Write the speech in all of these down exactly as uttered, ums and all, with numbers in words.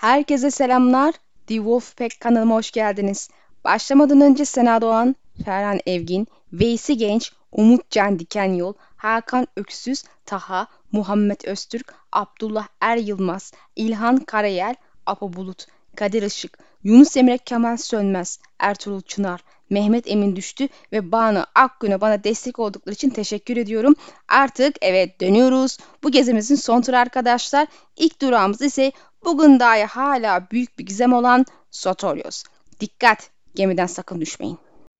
Herkese selamlar. The Wolfpack kanalıma hoş geldiniz. Başlamadan önce Sena Doğan, Ferhan Evgin, Veysi Genç, Umut Can Dikenyol, Hakan Öksüz, Taha, Muhammed Öztürk, Abdullah Er Yılmaz, İlhan Karayel, Apo Bulut, Kadir Işık, Yunus Emre Kemal Sönmez, Ertuğrul Çınar, Mehmet Emin Düştü ve Banu Akgün'e bana destek oldukları için teşekkür ediyorum. Artık evet dönüyoruz. Bu gezimizin son turu arkadaşlar. İlk durağımız ise bugün dahi hala büyük bir gizem olan Sotorios. Dikkat! Gemiden sakın düşmeyin.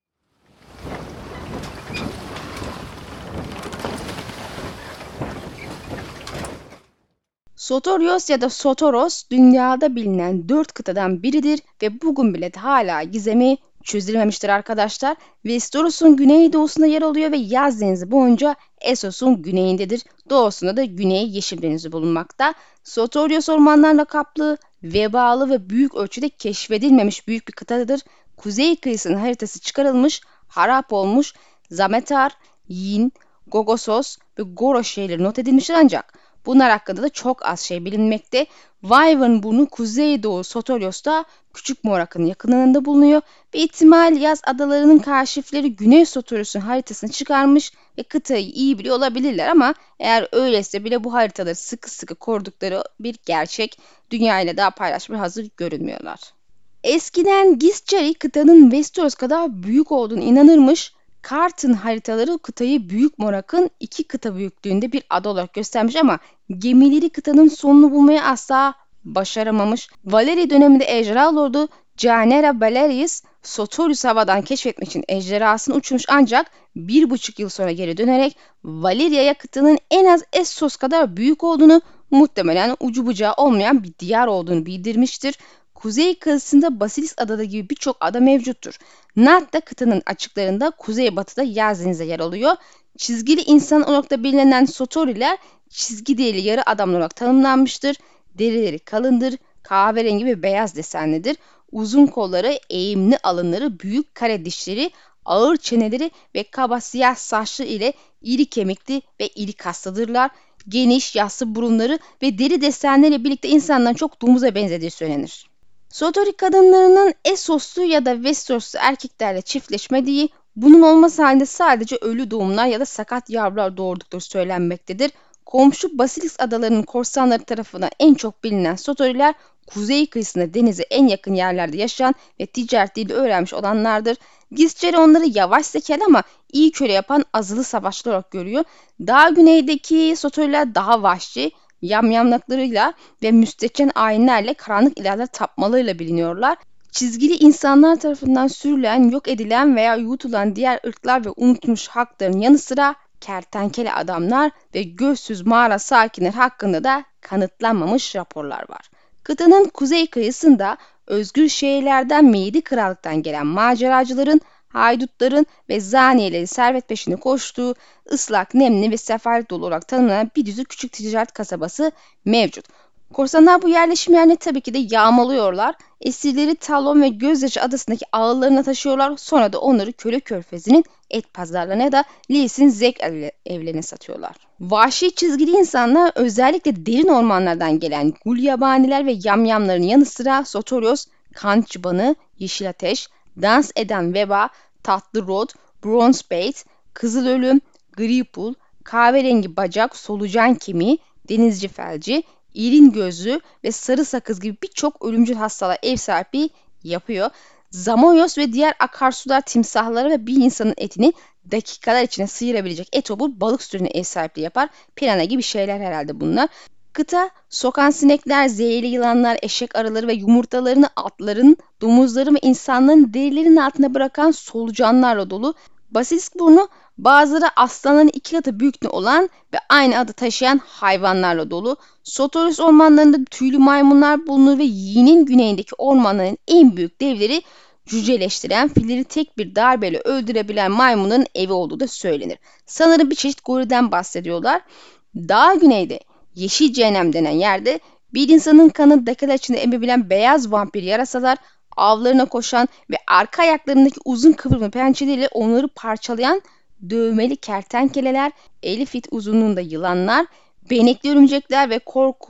Sotorios ya da Sotoros dünyada bilinen dört kıtadan biridir ve bugün bile de hala gizemi çözülmemiştir arkadaşlar. Vestoros'un güneydoğusunda yer alıyor ve Yaz Denizi boyunca Essos'un güneyindedir. Doğusunda da Güney Yeşil Denizi bulunmakta. Sotorios ormanlarla kaplı, vebalı ve büyük ölçüde keşfedilmemiş büyük bir kıtadır. Kuzey kıyısının haritası çıkarılmış, harap olmuş, Zametar, Yin, Gogosos ve Goros şehirleri not edilmiştir ancak bunlar hakkında da çok az şey bilinmekte. Wyvern burnu kuzeydoğu Sotorios'ta Küçük Morak'ın yakınlarında bulunuyor ve ihtimal yaz adalarının kaşifleri Güney Sotorios'un haritasını çıkarmış ve kıtayı iyi biliyor olabilirler ama eğer öyleyse bile bu haritaları sıkı sıkı korudukları bir gerçek. Dünya ile daha paylaşmaya hazır görünmüyorlar. Eskiden Githceri kıtanın Westeros kadar büyük olduğunu inanırmış. Carton haritaları kıtayı Büyük Morak'ın iki kıta büyüklüğünde bir ada olarak göstermiş ama gemileri kıtanın sonunu bulmayı asla başaramamış. Valeri döneminde ejderha lordu Rhaenyra Valerius Sotorius havadan keşfetmek için ejderhasını uçurmuş ancak bir buçuk yıl sonra geri dönerek Valeria'ya kıtanın en az Essos kadar büyük olduğunu, muhtemelen ucu bucağı olmayan bir diyar olduğunu bildirmiştir. Kuzey kıyısında Basilisk Adada gibi birçok ada mevcuttur. Nat da kıtanın açıklarında kuzeybatıda Yaz Denizi'de yer alıyor. Çizgili insan olarak da bilinen Sotoriler çizgi deri yarı adamlar olarak tanımlanmıştır. Derileri kalındır, kahverengi ve beyaz desenlidir. Uzun kolları, eğimli alınları, büyük kare dişleri, ağır çeneleri ve kaba siyah saçlı ile iri kemikli ve iri kaslıdırlar. Geniş, yassı burunları ve deri desenleriyle birlikte insandan çok domuza benzediği söylenir. Sotori kadınlarının Essoslu ya da Westeroslu erkeklerle çiftleşmediği, bunun olması halinde sadece ölü doğumlar ya da sakat yavrular doğurdukları söylenmektedir. Komşu Basilisk adalarının korsanları tarafından en çok bilinen Sotoriler, kuzey kıyısında denize en yakın yerlerde yaşayan ve ticaret dili öğrenmiş olanlardır. Githceri onları yavaş zekalı ama iyi köle yapan azılı savaşçılar olarak görüyor. Daha güneydeki Sotoriler daha vahşi, yamyamlıklarıyla ve müstehcen ayinlerle karanlık ilahlara tapmalarıyla biliniyorlar. Çizgili insanlar tarafından sürülen, yok edilen veya yutulan diğer ırklar ve unutulmuş halkların yanı sıra kertenkele adamlar ve gözsüz mağara sakinleri hakkında da kanıtlanmamış raporlar var. Kıtanın kuzey kıyısında özgür şehirlerden ve yedi krallıktan gelen maceracıların, haydutların ve zaniyeleri servet peşinde koştuğu ıslak, nemli ve sefalet dolu olarak tanımlanan bir düzü küçük ticaret kasabası mevcut. Korsanlar bu yerleşim yerini tabii ki de yağmalıyorlar. Esirleri Talon ve Gözyaşı adasındaki ağıllarına taşıyorlar. Sonra da onları Köle Körfezi'nin et pazarlarına ya da Lys'in Zek evlerine satıyorlar. Vahşi çizgili insanlar özellikle derin ormanlardan gelen gulyabaniler ve yamyamların yanı sıra Sotorios, kan çıbanı, yeşil ateş, dans eden veba, tatlı rod, bronze bait, kızıl ölüm, gri pul, kahverengi bacak, solucan kemiği, denizci felci, irin gözlü ve sarı sakız gibi birçok ölümcül hastalığa ev sahipliği yapıyor. Zamoyos ve diğer akarsular timsahları ve bir insanın etini dakikalar içinde sıyırabilecek etobur balık türüne ev sahipliği yapar. Pirana gibi şeyler herhalde bunlar. Kıta, sokan sinekler, zehirli yılanlar, eşek arıları ve yumurtalarını atların, domuzların ve insanların derilerinin altına bırakan solucanlarla dolu. Basilisk burnu bazıları aslanların iki katı büyüklüğünde olan ve aynı adı taşıyan hayvanlarla dolu. Sotorius ormanlarında tüylü maymunlar bulunur ve Yi'nin güneyindeki ormanların en büyük devleri cüceleştiren, filleri tek bir darbeyle öldürebilen maymunların evi olduğu da söylenir. Sanırım bir çeşit goriden bahsediyorlar. Daha güneyde Yeşil Cehennem denen yerde bir insanın kanını dakikalar içinde emebilen beyaz vampir yarasalar, avlarına koşan ve arka ayaklarındaki uzun kıvrımlı pençeleriyle onları parçalayan dövmeli kertenkeleler, elli fit uzunluğunda yılanlar, benekli örümcekler ve korkunç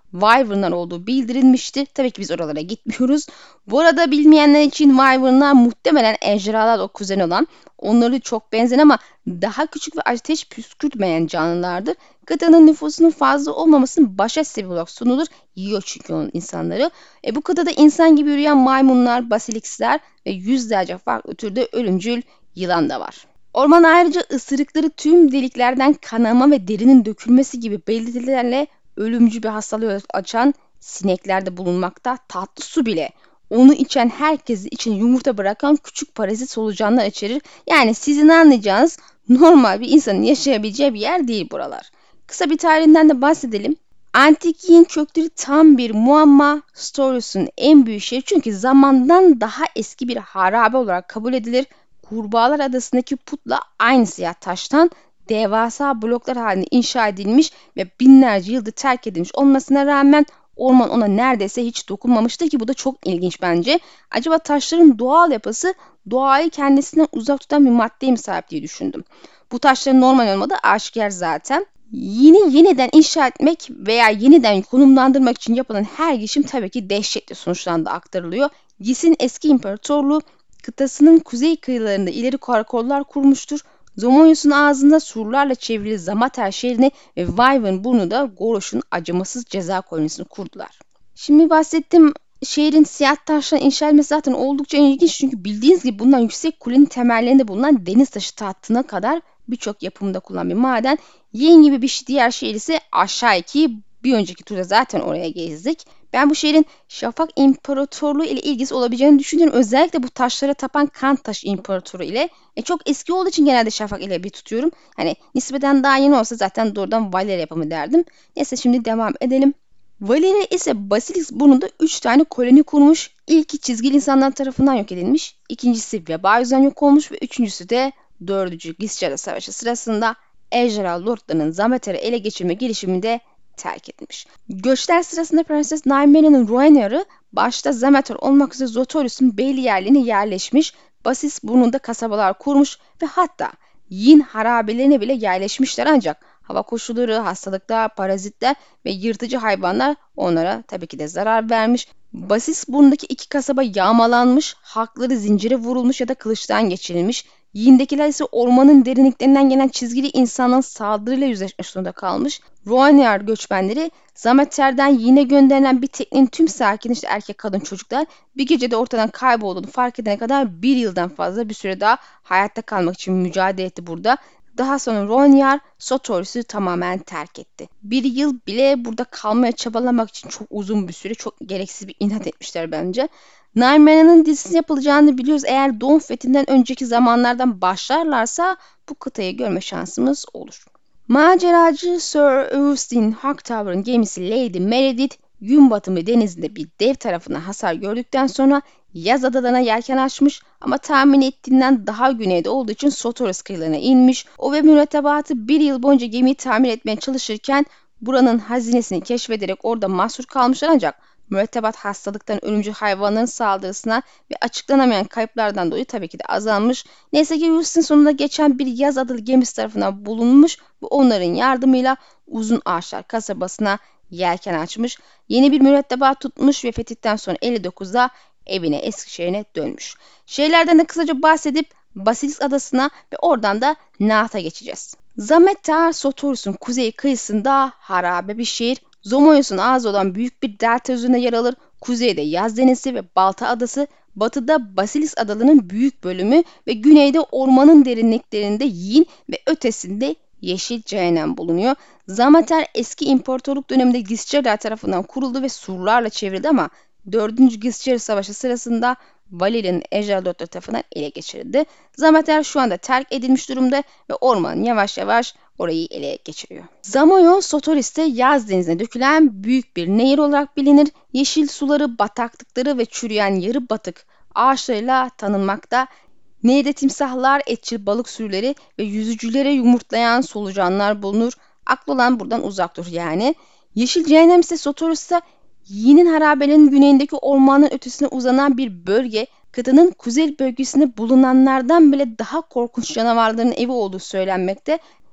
Wyvern'lar olduğu bildirilmiştir. Tabii ki biz oralara gitmiyoruz. Bu arada bilmeyenler için Wyvern'lar muhtemelen ejderhalarla kuzeni olan, onları çok benzer ama daha küçük ve ateş püskürtmeyen canlılardır. Kıtanın nüfusunun fazla olmamasının başa sebep olarak sunulur. Yiyor çünkü onun insanları. E, bu kıtada insan gibi yürüyen maymunlar, basiliskler ve yüzlerce farklı türde ölümcül yılan da var. Orman ayrıca ısırıkları tüm deliklerden kanama ve derinin dökülmesi gibi belirtilerle ölümcül bir hastalığı açan sineklerde bulunmakta. Tatlı su bile onu içen herkesi için yumurta bırakan küçük parazit solucanlar içerir. Yani sizin anlayacağınız normal bir insanın yaşayabileceği bir yer değil buralar. Kısa bir tarihinden de bahsedelim. Antik Yin kökleri tam bir muamma. Storos'un en büyük şehri çünkü zamandan daha eski bir harabe olarak kabul edilir. Kurbağalar Adası'ndaki putla aynı siyah taştan devasa bloklar halinde inşa edilmiş ve binlerce yıldır terk edilmiş olmasına rağmen orman ona neredeyse hiç dokunmamıştı ki bu da çok ilginç bence. Acaba taşların doğal yapısı doğayı kendisinden uzak tutan bir maddeye mi sahip diye düşündüm. Bu taşların normal olmadığı aşikar zaten. Yeni yeniden inşa etmek veya yeniden konumlandırmak için yapılan her girişim tabii ki dehşetli sonuçlarla aktarılıyor. Gis'in eski imparatorluğu kıtasının kuzey kıyılarında ileri karakollar kurmuştur. Zomonyos'un ağzında surlarla çevrili Zamater şehrini ve Wyvern burnu da Goroş'un acımasız ceza kolonisini kurdular. Şimdi bahsettiğim şehrin siyah taştan inşa edilmesi zaten oldukça ilginç çünkü bildiğiniz gibi bundan yüksek kulenin temellerinde bulunan deniz taşı tahtına kadar birçok yapımında kullanılan bir maden. Yin gibi bir diğer şehir ise aşağı ki bir önceki turda zaten oraya gezdik. Ben bu şehrin Şafak İmparatorluğu ile ilgisi olabileceğini düşünüyorum. Özellikle bu taşlara tapan Kantaş İmparatoru ile. E, çok eski olduğu için genelde Şafak ile bir tutuyorum. Hani nispeten daha yeni olsa zaten doğrudan Valyria yapımı derdim. Neyse şimdi devam edelim. Valyria ise Basilisk burnunda üç tane koloni kurmuş. İlki çizgili insanlar tarafından yok edilmiş. İkincisi veba yüzünden yok olmuş ve üçüncüsü de dördüncü Giscera Savaşı sırasında Ejderha Lordlarının Zamater'i ele geçirme girişiminde terk edilmiş. Göçler sırasında Prenses Nymene'nin Rhoenniar'ı başta Zamater olmak üzere Zotorius'un belli yerlerine yerleşmiş, Basilisk burnunda kasabalar kurmuş ve hatta Yin harabelerine bile yerleşmişler ancak hava koşulları, hastalıklar, parazitler ve yırtıcı hayvanlar onlara tabii ki de zarar vermiş. Basilisk burnundaki iki kasaba yağmalanmış, halkları zincire vurulmuş ya da kılıçtan geçirilmiş. Yin'dekiler ise ormanın derinliklerinden gelen çizgili insanların saldırıyla yüzleşmek zorunda kalmış. Rhoenniar göçmenleri Zamater'den Yin'e gönderilen bir teknenin tüm sakini işte erkek, kadın, çocuklar bir gecede ortadan kaybolduğunu fark edene kadar bir yıldan fazla bir süre daha hayatta kalmak için mücadele etti burada. Daha sonra Rhoenniar Sotoris'i tamamen terk etti. Bir yıl bile burada kalmaya çabalamak için çok uzun bir süre, çok gereksiz bir inat etmişler bence. Nymena'nın dizisi yapılacağını biliyoruz. Eğer Doğum Fethi'nden önceki zamanlardan başlarlarsa bu kıtayı görme şansımız olur. Maceracı Sir Austin Hightower'ın gemisi Lady Meredith gün batımı denizinde bir dev tarafından hasar gördükten sonra yaz adalarına yelken açmış ama tahmin ettiğinden daha güneyde olduğu için Sotoris kıyılarına inmiş. O ve mürettebatı bir yıl boyunca gemiyi tamir etmeye çalışırken buranın hazinesini keşfederek orada mahsur kalmışlar ancak mürettebat hastalıktan ölümcül hayvanların saldırısına ve açıklanamayan kayıplardan dolayı tabii ki de azalmış. Neyse ki Houston sonunda geçen bir yaz adalı gemisi tarafından bulunmuş ve onların yardımıyla Uzun Ağaçlar kasabasına yelken açmış. Yeni bir mürettebat tutmuş ve fetihten sonra elli dokuzda evine Eskişehir'ine dönmüş. Şehirlerden de kısaca bahsedip Basilisk Adası'na ve oradan da Naat'a geçeceğiz. Zamater Sotoris'un kuzey kıyısında harabe bir şehir. Zomonyos'un ağzı olan büyük bir delta üzerinde yer alır. Kuzeyde Yaz Denizi ve Balta Adası, batıda Basilisk Adaları'nın büyük bölümü ve güneyde ormanın derinliklerinde Yin ve ötesinde Yeşil Cehennem bulunuyor. Zamater eski imparatorluk döneminde Giscera tarafından kuruldu ve surlarla çevrildi ama dördüncü Giscera Savaşı sırasında Valeria'nın ejderhaları tarafından ele geçirildi. Zamater şu anda terk edilmiş durumda ve orman yavaş yavaş orayı ele geçiriyor. Zamoyo, Sotoris'te Yaz Denizi'ne dökülen büyük bir nehir olarak bilinir. Yeşil suları, bataklıkları ve çürüyen yarı batık ağaçlarıyla tanınmakta. Nehirde timsahlar, etçil balık sürüleri ve yüzücülere yumurtlayan solucanlar bulunur. Aklı olan buradan uzak dur yani. Yeşil Cehennem ise Sotoris'te Yin'in harabelerinin güneyindeki ormanın ötesine uzanan bir bölge, kıtanın kuzey bölgesinde bulunanlardan bile daha korkunç canavarların evi olduğu söylenmekte.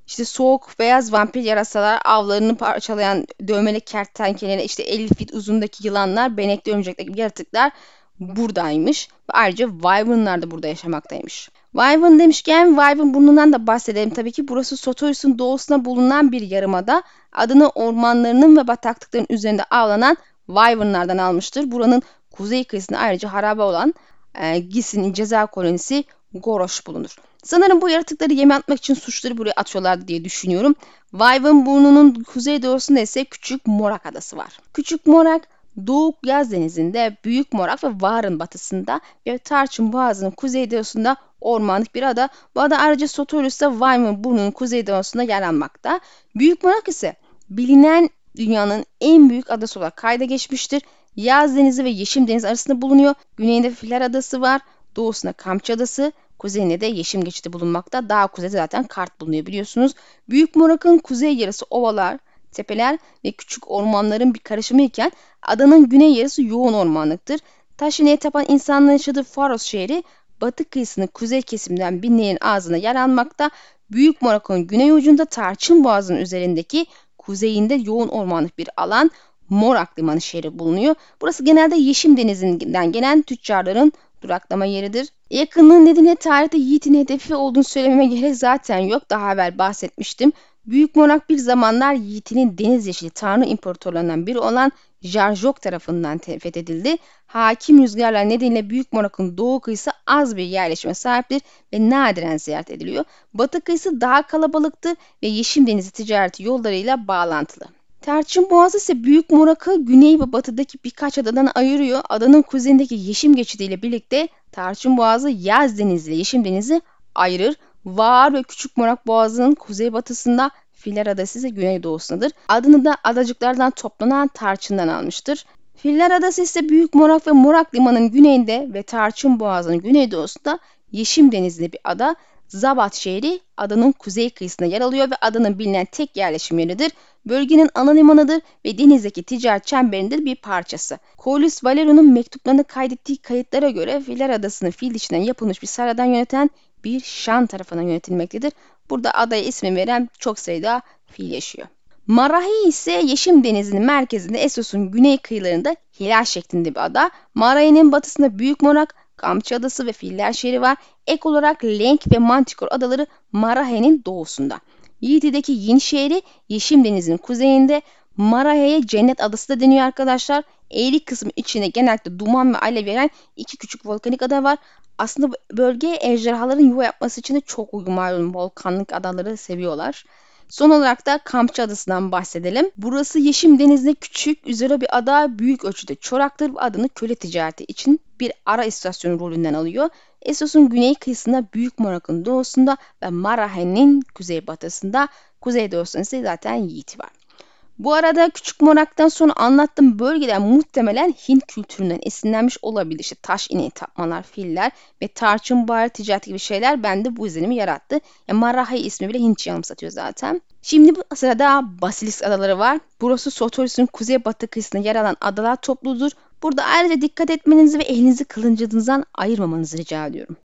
İşte soğuk beyaz vampir yarasalar, avlarını parçalayan dövmeli kertenkeleler, işte elli fit uzundaki yılanlar, benekli örümcekler gibi yaratıklar buradaymış. Ve ayrıca Wyvern'lar da burada yaşamaktaymış. Wyvern demişken Wyvern burnundan da bahsedelim tabii ki. Burası Sotoris'in doğusuna bulunan bir yarımada. Adını ormanlarının ve bataklıkların üzerinde avlanan Wyvern'lardan almıştır. Buranın kuzey kıyısında ayrıca harabe olan e, Gis'in ceza kolonisi Goroş bulunur. Sanırım bu yaratıkları yeme atmak için suçları buraya atıyorlardı diye düşünüyorum. Wyvern burnunun kuzeydoğusunda ise Küçük Morak Adası var. Küçük Morak, Doğu Yaz Denizi'nde, Büyük Morak ve Var'ın batısında ve Tarçın Boğazı'nın kuzeydoğusunda ormanlık bir ada. Bu ada ayrıca Sotoris'te Wyvern burnunun kuzeydoğusunda yer almakta. Büyük Morak ise bilinen dünyanın en büyük adası olarak kayda geçmiştir. Yaz Denizi ve Yeşim Denizi arasında bulunuyor. Güneyinde Filer Adası var. Doğusunda Kamçı Adası, kuzeyinde de Yeşim Geçidi bulunmakta. Daha kuzeyde zaten Kart bulunuyor biliyorsunuz. Büyük Morak'ın kuzey yarısı ovalar, tepeler ve küçük ormanların bir karışımı iken adanın güney yarısı yoğun ormanlıktır. Taş ineğe tapan insanların yaşadığı Faros şehri batı kıyısının kuzey kesiminden bir nehrinin ağzına yer almakta. Büyük Morak'ın güney ucunda Tarçın Boğazı'nın üzerindeki kuzeyinde yoğun ormanlık bir alan Morak Limanı şehri bulunuyor. Burası genelde Yeşim Denizi'nden gelen tüccarların duraklama yeridir. Yakınlığın nedeniyle tarihte Yiğit'in hedefi olduğunu söylememe gerek zaten yok. Daha evvel bahsetmiştim. Büyük Morak bir zamanlar Yiğit'in deniz yeşili tanrı imparatorlarından biri olan Jarjok tarafından fethedildi. Hakim rüzgarlar nedeniyle Büyük Morak'ın doğu kıyısı az bir yerleşime sahiptir ve nadiren ziyaret ediliyor. Batı kıyısı daha kalabalıktır ve Yeşim Denizi ticareti yollarıyla bağlantılı. Tarçın Boğazı ise Büyük Morak'ı güney ve batıdaki birkaç adadan ayırıyor. Adanın kuzeyindeki Yeşim Geçidi ile birlikte Tarçın Boğazı Yaz Denizi ile Yeşim Denizi ayırır. Var ve Küçük Morak Boğazı'nın kuzeybatısında, Filler Adası ise güneydoğusundadır. Adını da adacıklardan toplanan tarçından almıştır. Filler Adası ise Büyük Morak ve Morak Limanı'nın güneyinde ve Tarçın Boğazı'nın güneydoğusunda Yeşim Denizi'nde bir ada. Zabat şehri adanın kuzey kıyısında yer alıyor ve adanın bilinen tek yerleşim yeridir. Bölgenin ana limanıdır ve denizdeki ticaret çemberinin bir parçası. Corliss Valero'nun mektuplarını kaydettiği kayıtlara göre Filler Adası'nı fil dişinden yapılmış bir saraydan yöneten bir şan tarafından yönetilmektedir. Burada adaya ismi veren çok sayıda fil yaşıyor. Marahi ise Yeşim Denizi'nin merkezinde Essos'un güney kıyılarında hilal şeklinde bir ada. Marahi'nin batısında Büyük Morak, Kamçı Adası ve Filler şehri var. Ek olarak Lenk ve Mantikor adaları Marahi'nin doğusunda. Yiğiti'deki Yin şehri Yeşim Denizi'nin kuzeyinde. Marahi'ye Cennet Adası da deniyor arkadaşlar. Eğri kısmı içinde genellikle duman ve alev veren iki küçük volkanik ada var. Aslında bölge ejderhaların yuva yapması için de çok uygun, malum volkanlık adaları seviyorlar. Son olarak da Kamçı Adası'ndan bahsedelim. Burası Yeşim Denizi'nde küçük, üzeri bir ada, büyük ölçüde çoraktır. Adını köle ticareti için bir ara istasyonu rolünden alıyor. Essos'un güney kıyısında, Büyük Morak'ın doğusunda ve Marahi'nin kuzeybatısında, kuzeydoğusunda ise zaten Yiğit var. Bu arada Küçük Morak'tan sonra anlattığım bölgeler muhtemelen Hint kültüründen esinlenmiş olabilir. İşte taş ineği tapmalar, filler ve tarçın buharı ticareti gibi şeyler bende bu izlenimi yarattı. Yani Marahi ismi bile Hintçe anımsatıyor zaten. Şimdi bu sırada Basilisk Adaları var. Burası Sotoris'in kuzeybatı kıyısında yer alan adalar topluluğudur. Burada ayrıca dikkat etmenizi ve elinizi kılıncınızdan ayırmamanızı rica ediyorum.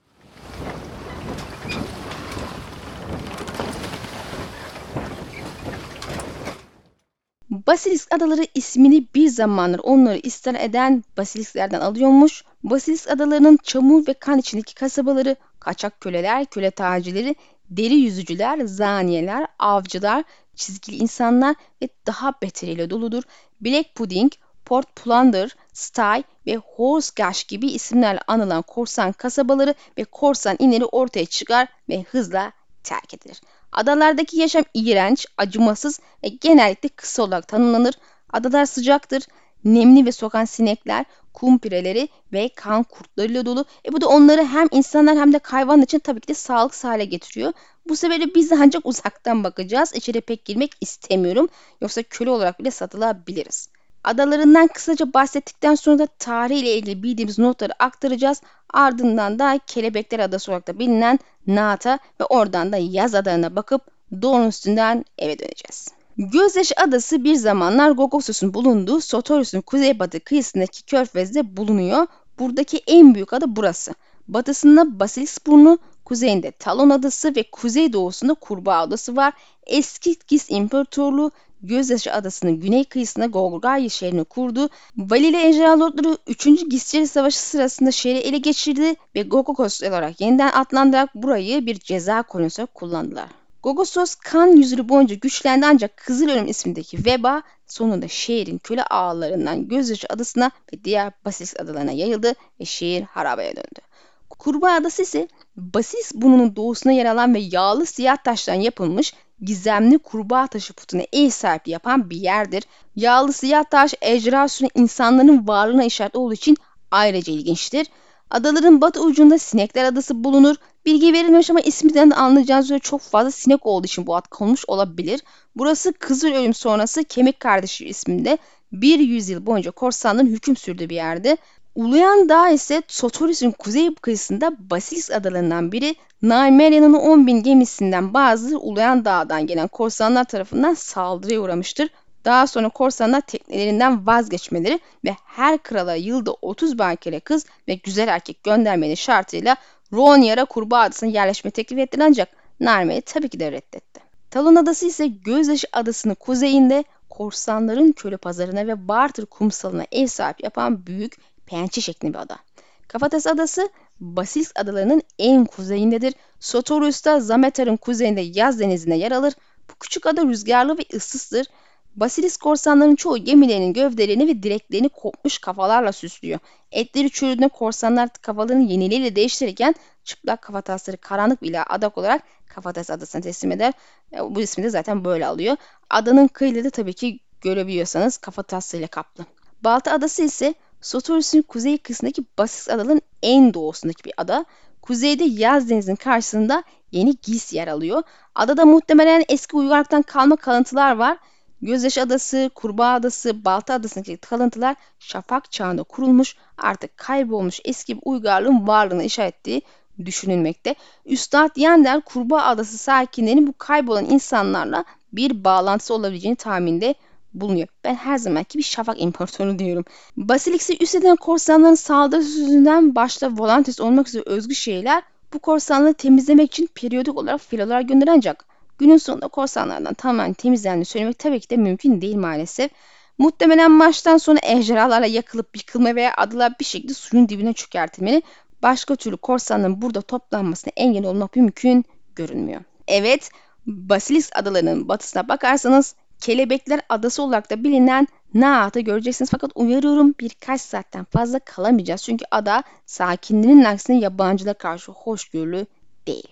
Basilisk Adaları ismini bir zamanlar onları istila eden Basilisklerden alıyormuş. Basilisk Adaları'nın çamur ve kan içindeki kasabaları, kaçak köleler, köle tacirleri, deri yüzücüler, zaniyeler, avcılar, çizgili insanlar ve daha beteriyle doludur. Black Pudding, Port Plunder, Stye ve Horsegash gibi isimlerle anılan korsan kasabaları ve korsan inleri ortaya çıkar ve hızla terk edilir. Adalardaki yaşam iğrenç, acımasız ve genellikle kısa olarak tanımlanır. Adalar sıcaktır, nemli ve sokan sinekler, kum pireleri ve kan kurtlarıyla dolu. E bu da onları hem insanlar hem de hayvanlar için tabii ki de sağlıksız hale getiriyor. Bu sebeple biz de ancak uzaktan bakacağız. İçeri pek girmek istemiyorum. Yoksa köle olarak bile satılabiliriz. Adalarından kısaca bahsettikten sonra da tarihiyle ilgili bildiğimiz notları aktaracağız. Ardından da Kelebekler Adası olarak da bilinen Naat'a ve oradan da Yaz Adalarına bakıp doğunun üstünden eve döneceğiz. Gözyaşı Adası bir zamanlar Gogosus'un bulunduğu Sotoris'in kuzeybatı kıyısındaki körfezde bulunuyor. Buradaki en büyük ada burası. Batısında Basiliskburnu, kuzeyinde Talon Adası ve kuzeydoğusunda Kurbağa Adası var. Eski Gis İmparatorluğu Gözyaşı Adası'nın güney kıyısında Golgari şehrini kurdu. Valile Ejderha Lordları üçüncü. Gisceri Savaşı sırasında şehri ele geçirdi ve Gogokos olarak yeniden adlandırarak burayı bir ceza kolonisi olarak kullandılar. Gogosos kan yüzyılı boyunca güçlendi ancak Kızıl Ölüm ismindeki veba sonunda şehrin köle ağalarından Gözyaşı Adası'na ve diğer Basilisk adalarına yayıldı ve şehir harabeye döndü. Kurbağa Adası ise Basilisk burnunun doğusuna yer alan ve yağlı siyah taştan yapılmış gizemli kurbağa taşı putuna ev sahipliği yapan bir yerdir. Yağlı siyah taş ejderha süren insanların varlığına işaret olduğu için ayrıca ilginçtir. Adaların batı ucunda Sinekler Adası bulunur. Bilgi verilmemiş ama isminden de anlayacağınız üzere çok fazla sinek olduğu için bu ad konmuş olabilir. Burası Kızıl Ölüm sonrası Kemik Kardeşi isminde bir yüzyıl boyunca korsanların hüküm sürdüğü bir yerdi. Uluyan Dağ ise Sotoris'in kuzey kıyısında Basilisk adalarından biri. Naimeria'nın on bin gemisinden bazıları Uluyan Dağ'dan gelen korsanlar tarafından saldırıya uğramıştır. Daha sonra korsanlar teknelerinden vazgeçmeleri ve her krala yılda otuz bakire kız ve güzel erkek göndermeleri şartıyla Ronyar'a Kurbağa Adası'na yerleşme teklif ettiler ancak Narmeri tabii ki de reddetti. Talon Adası ise Gözyaşı Adası'nın kuzeyinde korsanların köle pazarına ve barter kumsalına ev sahipliği yapan büyük pençe şeklinde bir ada. Kafatası Adası Basilisk adalarının en kuzeyindedir. Sotorus'ta Zameter'in kuzeyinde Yaz denizine yer alır. Bu küçük ada rüzgarlı ve ıssızdır. Basilisk korsanların çoğu gemilerinin gövdelerini ve direklerini kopmuş kafalarla süslüyor. Etleri çürüdüğünde korsanlar kafalarını yenileriyle değiştirirken çıplak kafatasları karanlık bir adak olarak Kafatası Adası'na teslim eder. Bu ismi de zaten böyle alıyor. Adanın kıyıları tabii ki görebiliyorsanız kafatasıyla kaplı. Balta Adası ise Sotorus'un kuzey kısmındaki Basilisk adaların en doğusundaki bir ada. Kuzeyde Yaz denizinin karşısında Yeni Gis yer alıyor. Adada muhtemelen eski uygarlıktan kalma kalıntılar var. Gözyaşı Adası, Kurbağa Adası, Balta Adası'ndaki kalıntılar Şafak çağında kurulmuş, artık kaybolmuş eski bir uygarlığın varlığını işaret ettiği düşünülmekte. Üstad Yender, Kurbağa Adası sakinlerinin bu kaybolan insanlarla bir bağlantısı olabileceğini tahminde bulunuyor. Ben her zamanki bir Şafak İmparatoru diyorum. Basilisk'i üst eden korsanların saldırısı yüzünden başta Volantis olmak üzere özgü şeyler bu korsanları temizlemek için periyodik olarak filolar gönderen ancak günün sonunda korsanlardan tamamen temizlendiğini söylemek tabii ki de mümkün değil maalesef. Muhtemelen maçtan sonra ejderhalarla yakılıp yıkılma veya adalar bir şekilde suyun dibine çökertilmeli. Başka türlü korsanların burada toplanmasına engel olmak mümkün görünmüyor. Evet, Basilisk adalarının batısına bakarsanız Kelebekler Adası olarak da bilinen Naaat'ı göreceksiniz. Fakat uyarıyorum, birkaç saatten fazla kalamayacağız. Çünkü ada sakinlerinin aksine yabancılara karşı hoşgörülü değil.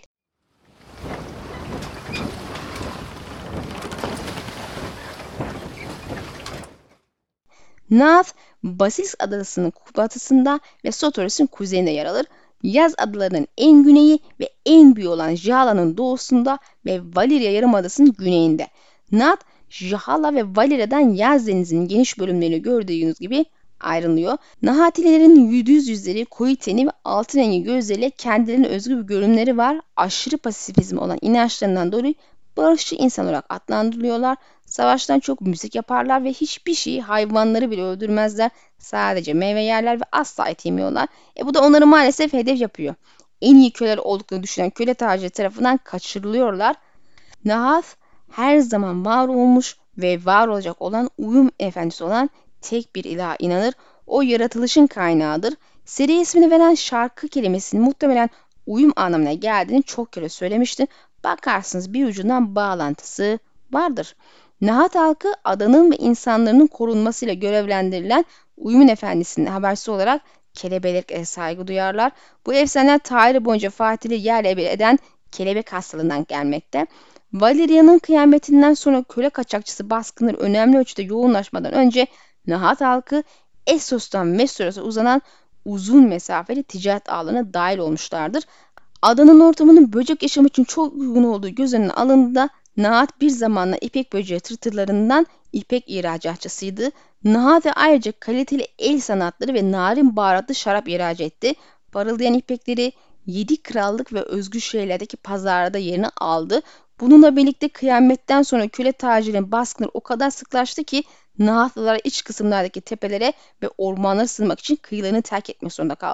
Naath, Basilisk Adası'nın batısında ve Sotoros'un kuzeyinde yer alır. Yaz adalarının en güneyi ve en büyüğü olan Jala'nın doğusunda ve Valyria Yarımadası'nın güneyinde. Naath, Jahala ve Valeria'dan Yaz denizinin geniş bölümlerini gördüğünüz gibi ayrılıyor. Nahatililerin düz yüzleri, koyu teni ve altın rengi gözleriyle kendilerine özgü bir görünümleri var. Aşırı pasifizm olan inançlarından dolayı barışçı insan olarak adlandırılıyorlar. Savaştan çok müzik yaparlar ve hiçbir şeyi, hayvanları bile öldürmezler. Sadece meyve yerler ve asla et yemiyorlar. E bu da onları maalesef hedef yapıyor. En iyi köleler olduklarını düşünen köle tacirleri tarafından kaçırılıyorlar. Naath her zaman var olmuş ve var olacak olan uyum efendisi olan tek bir ilaha inanır. O yaratılışın kaynağıdır. Seri ismini veren şarkı kelimesinin muhtemelen uyum anlamına geldiğini çok kere söylemişti. Bakarsınız bir ucundan bağlantısı vardır. Nahat halkı adanın ve insanların korunmasıyla görevlendirilen uyumun efendisinin habercisi olarak kelebeklere saygı duyarlar. Bu efsaneler tarih boyunca Fatih'i yerle bir eden kelebek hastalığından gelmekte. Valeria'nın kıyametinden sonra köle kaçakçısı baskınları önemli ölçüde yoğunlaşmadan önce Nahat halkı Essos'tan Messoros'a uzanan uzun mesafeli ticaret ağlarına dahil olmuşlardır. Adanın ortamının böcek yaşamı için çok uygun olduğu göz önüne alındığında Nahat bir zamanla ipek böceği tırtırlarından ipek ihracatçısıydı. Nahat ve ayrıca kaliteli el sanatları ve narin baharatlı şarap ihraç etti. Parıldayan ipekleri yedi krallık ve özgür şehirlerdeki pazarlarda yerini aldı. Bununla birlikte kıyametten sonra köle tacirinin baskınları o kadar sıklaştı ki Nahatlılar iç kısımlardaki tepelere ve ormanlara sığınmak için kıyılarını terk etmek zorunda kaldılar.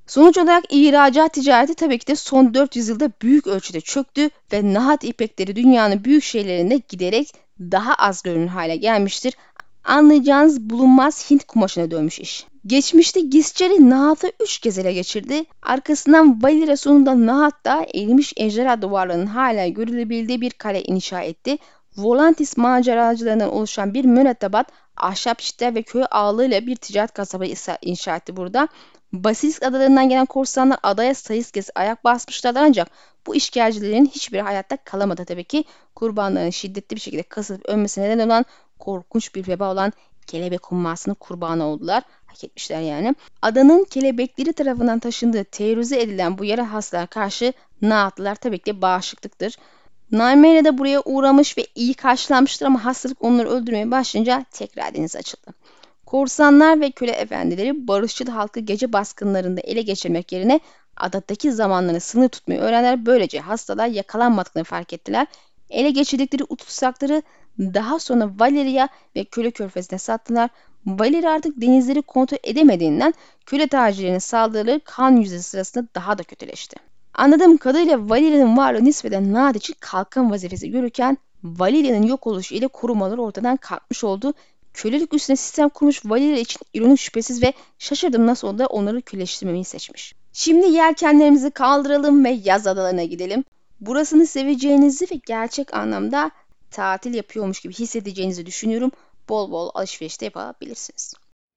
Sonuç olarak ihracat ticareti tabii ki de son dört yüz yılda büyük ölçüde çöktü ve nahat ipekleri dünyanın büyük şehirlerinde giderek daha az görünür hale gelmiştir. Anlayacağınız bulunmaz Hint kumaşına dönmüş iş. Geçmişte Gisceri Nahat'ı üç kez ele geçirdi. Arkasından Valira sonunda Nahat da erimiş ejderha duvarlarının hala görülebildiği bir kale inşa etti. Volantis maceracılarından oluşan bir mürettebat, ahşap çitler ve köy ağlarıyla bir ticaret kasabı inşa etti burada. Basilisk adalarından gelen korsanlar adaya sayıs kez ayak basmışlardı ancak bu işgalcilerin hiçbiri hayatta kalamadı tabii ki. Kurbanların şiddetli bir şekilde kasılıp ölmesine neden olan korkunç bir veba olan kelebek hummasının kurbanı oldular. Hak etmişler yani. Adanın kelebekleri tarafından taşındığı teorize edilen bu yara hastalara karşı Naatlılar tabii ki de bağışıklıktır. Naimere de buraya uğramış ve iyi karşılanmıştır ama hastalık onları öldürmeye başlayınca tekrar denize açıldı. Korsanlar ve köle efendileri barışçıl halkı gece baskınlarında ele geçirmek yerine adadaki zamanlarını sınır tutmayı öğrenler. Böylece hastalar yakalanmadıklarını fark ettiler. Ele geçirdikleri tutsakları daha sonra Valeria ve köle körfezine sattılar. Valeria artık denizleri kontrol edemediğinden köle tacirlerinin saldırıları kan yüzü sırasında daha da kötüleşti. Anladığım kadarıyla Valeria'nın varlığı nispeten Naat için kalkan vazifesi görürken Valeria'nın yok oluşu ile korumaları ortadan kalkmış oldu. Kölelik üstüne sistem kurmuş Valeria için ironik şüphesiz ve şaşırdım nasıl oldu da onları köleleştirmemeyi seçmiş. Şimdi yelkenlerimizi kaldıralım ve yaz adalarına gidelim. Burasını seveceğinizi ve gerçek anlamda tatil yapıyormuş gibi hissedeceğinizi düşünüyorum. Bol bol alışveriş de yapabilirsiniz.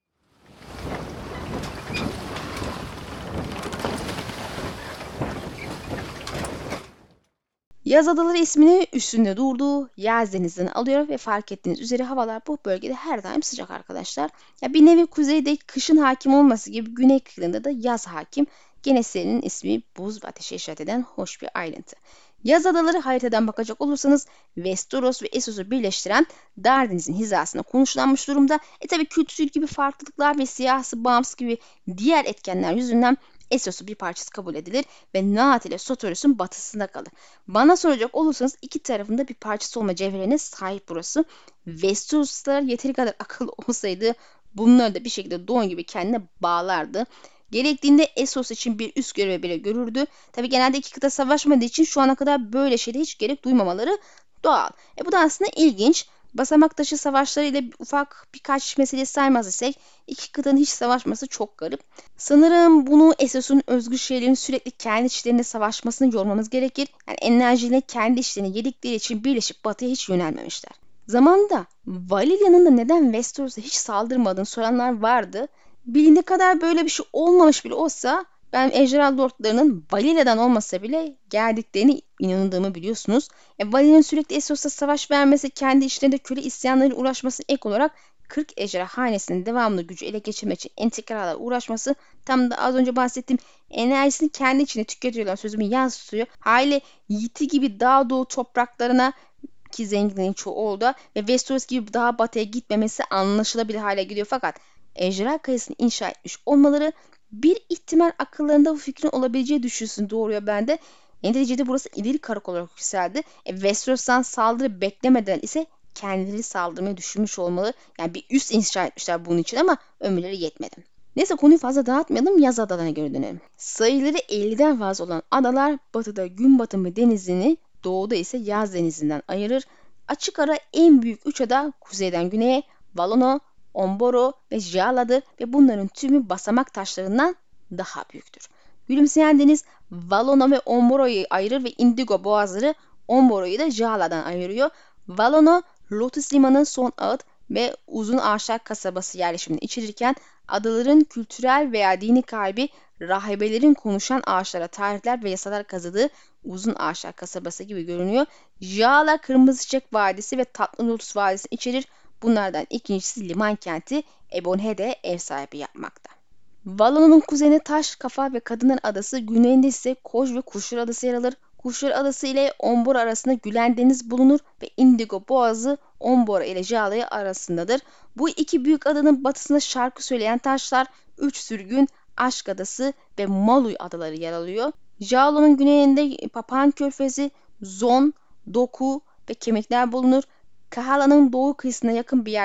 Yaz adaları ismini üstünde durduğu yaz denizden alıyor ve fark ettiğiniz üzere havalar bu bölgede her daim sıcak arkadaşlar. Ya bir nevi kuzeyde kışın hakim olması gibi güney kıyılarında da yaz hakim. Gene serinin ismi buz ve ateşe işaret eden hoş bir ayrıntı. Yaz adaları haritadan bakacak olursanız Westeros ve Essos'u birleştiren Dar Deniz'in hizasında konuşlanmış durumda. E tabi kültürel gibi farklılıklar ve siyasi bağımsız gibi diğer etkenler yüzünden Essos'u bir parçası kabul edilir ve Naat ile Sotoros'un batısında kalır. Bana soracak olursanız iki tarafında bir parçası olma cevherine sahip burası. Westeroslar yeteri kadar akıllı olsaydı bunları da bir şekilde Don gibi kendine bağlardı. Gerektiğinde Essos için bir üst görevi bile görürdü. Tabi genelde iki kıta savaşmadığı için şu ana kadar böyle şeyde hiç gerek duymamaları doğal. E bu da aslında ilginç. Basamak taşı savaşları ile ufak birkaç mesele saymaz isek iki kıtanın hiç savaşması çok garip. Sanırım bunu Essos'un özgür şeylerin sürekli kendi içlerinde savaşmasını yormamız gerekir. Yani enerjiyle kendi işlerini yedikleri için birleşip batıya hiç yönelmemişler. Zamanında Valeria'nın da neden Westeros'a hiç saldırmadığını soranlar vardı. Bilindiği kadar böyle bir şey olmamış bile olsa ben ejderha lordlarının Valeria'dan olmasa bile geldiklerini inandığımı biliyorsunuz. E, Valeria'nın sürekli Essos'a savaş vermesi, kendi işlerinde köle isyanlarıyla uğraşması ek olarak kırk ejderha hanesinin devamlı gücü ele geçirmek için entrikalarla uğraşması tam da az önce bahsettiğim enerjisini kendi içine tüketiyorlar sözümü yansıtıyor. Hali Yiğit'i gibi daha doğu topraklarına ki zenginliğin çoğu oldu ve Westeros gibi daha batıya gitmemesi anlaşılabilir hale geliyor fakat ejderha kayasını inşa etmiş olmaları bir ihtimal akıllarında bu fikrin olabileceği düşüncesini doğuruyor bende. Neticede burası ileri karakol olarak yükseldi. E, Westeros'tan saldırı beklemeden ise kendileri saldırmayı düşünmüş olmalı. Yani bir üst inşa etmişler bunun için ama ömürleri yetmedi. Neyse konuyu fazla dağıtmayalım, yaz adalarına göre dönelim. Sayıları elliden fazla olan adalar batıda gün batımı denizini, doğuda ise yaz denizinden ayırır. Açık ara en büyük üç ada kuzeyden güneye Valono, Omboro ve Jala'dır ve bunların tümü basamak taşlarından daha büyüktür. Gülümseyen deniz Valono ve Omboro'yu ayırır ve Indigo boğazları Omboro'yu da Jala'dan ayırıyor. Valono, Lotus Limanı son ağıt ve uzun ağaçlar kasabası yerleşimini içerirken adaların kültürel veya dini kalbi rahibelerin konuşan ağaçlara tarihler ve yasalar kazıdığı uzun ağaçlar kasabası gibi görünüyor. Jala Kırmızı Çiçek Vadisi ve Tatlı Lotus Vadisi'ni içerir. Bunlardan ikincisi liman kenti Ebonhead'e ev sahibi yapmakta. Valono'nun kuzeyinde Taş Kafa ve Kadınlar Adası, güneyinde ise Koj ve Kuşlar Adası yer alır. Kuşlar Adası ile Ombora arasında Gülen Deniz bulunur ve Indigo Boğazı Ombora ile Jala'yı arasındadır. Bu iki büyük adanın batısında şarkı söyleyen taşlar, Üç Sürgün, Aşk Adası ve Maluy adaları yer alıyor. Jala'nın güneyinde Papağan Körfezi, Zon, Doku ve Kemikler bulunur. Kahala'nın doğu kıyısına yakın bir yerde de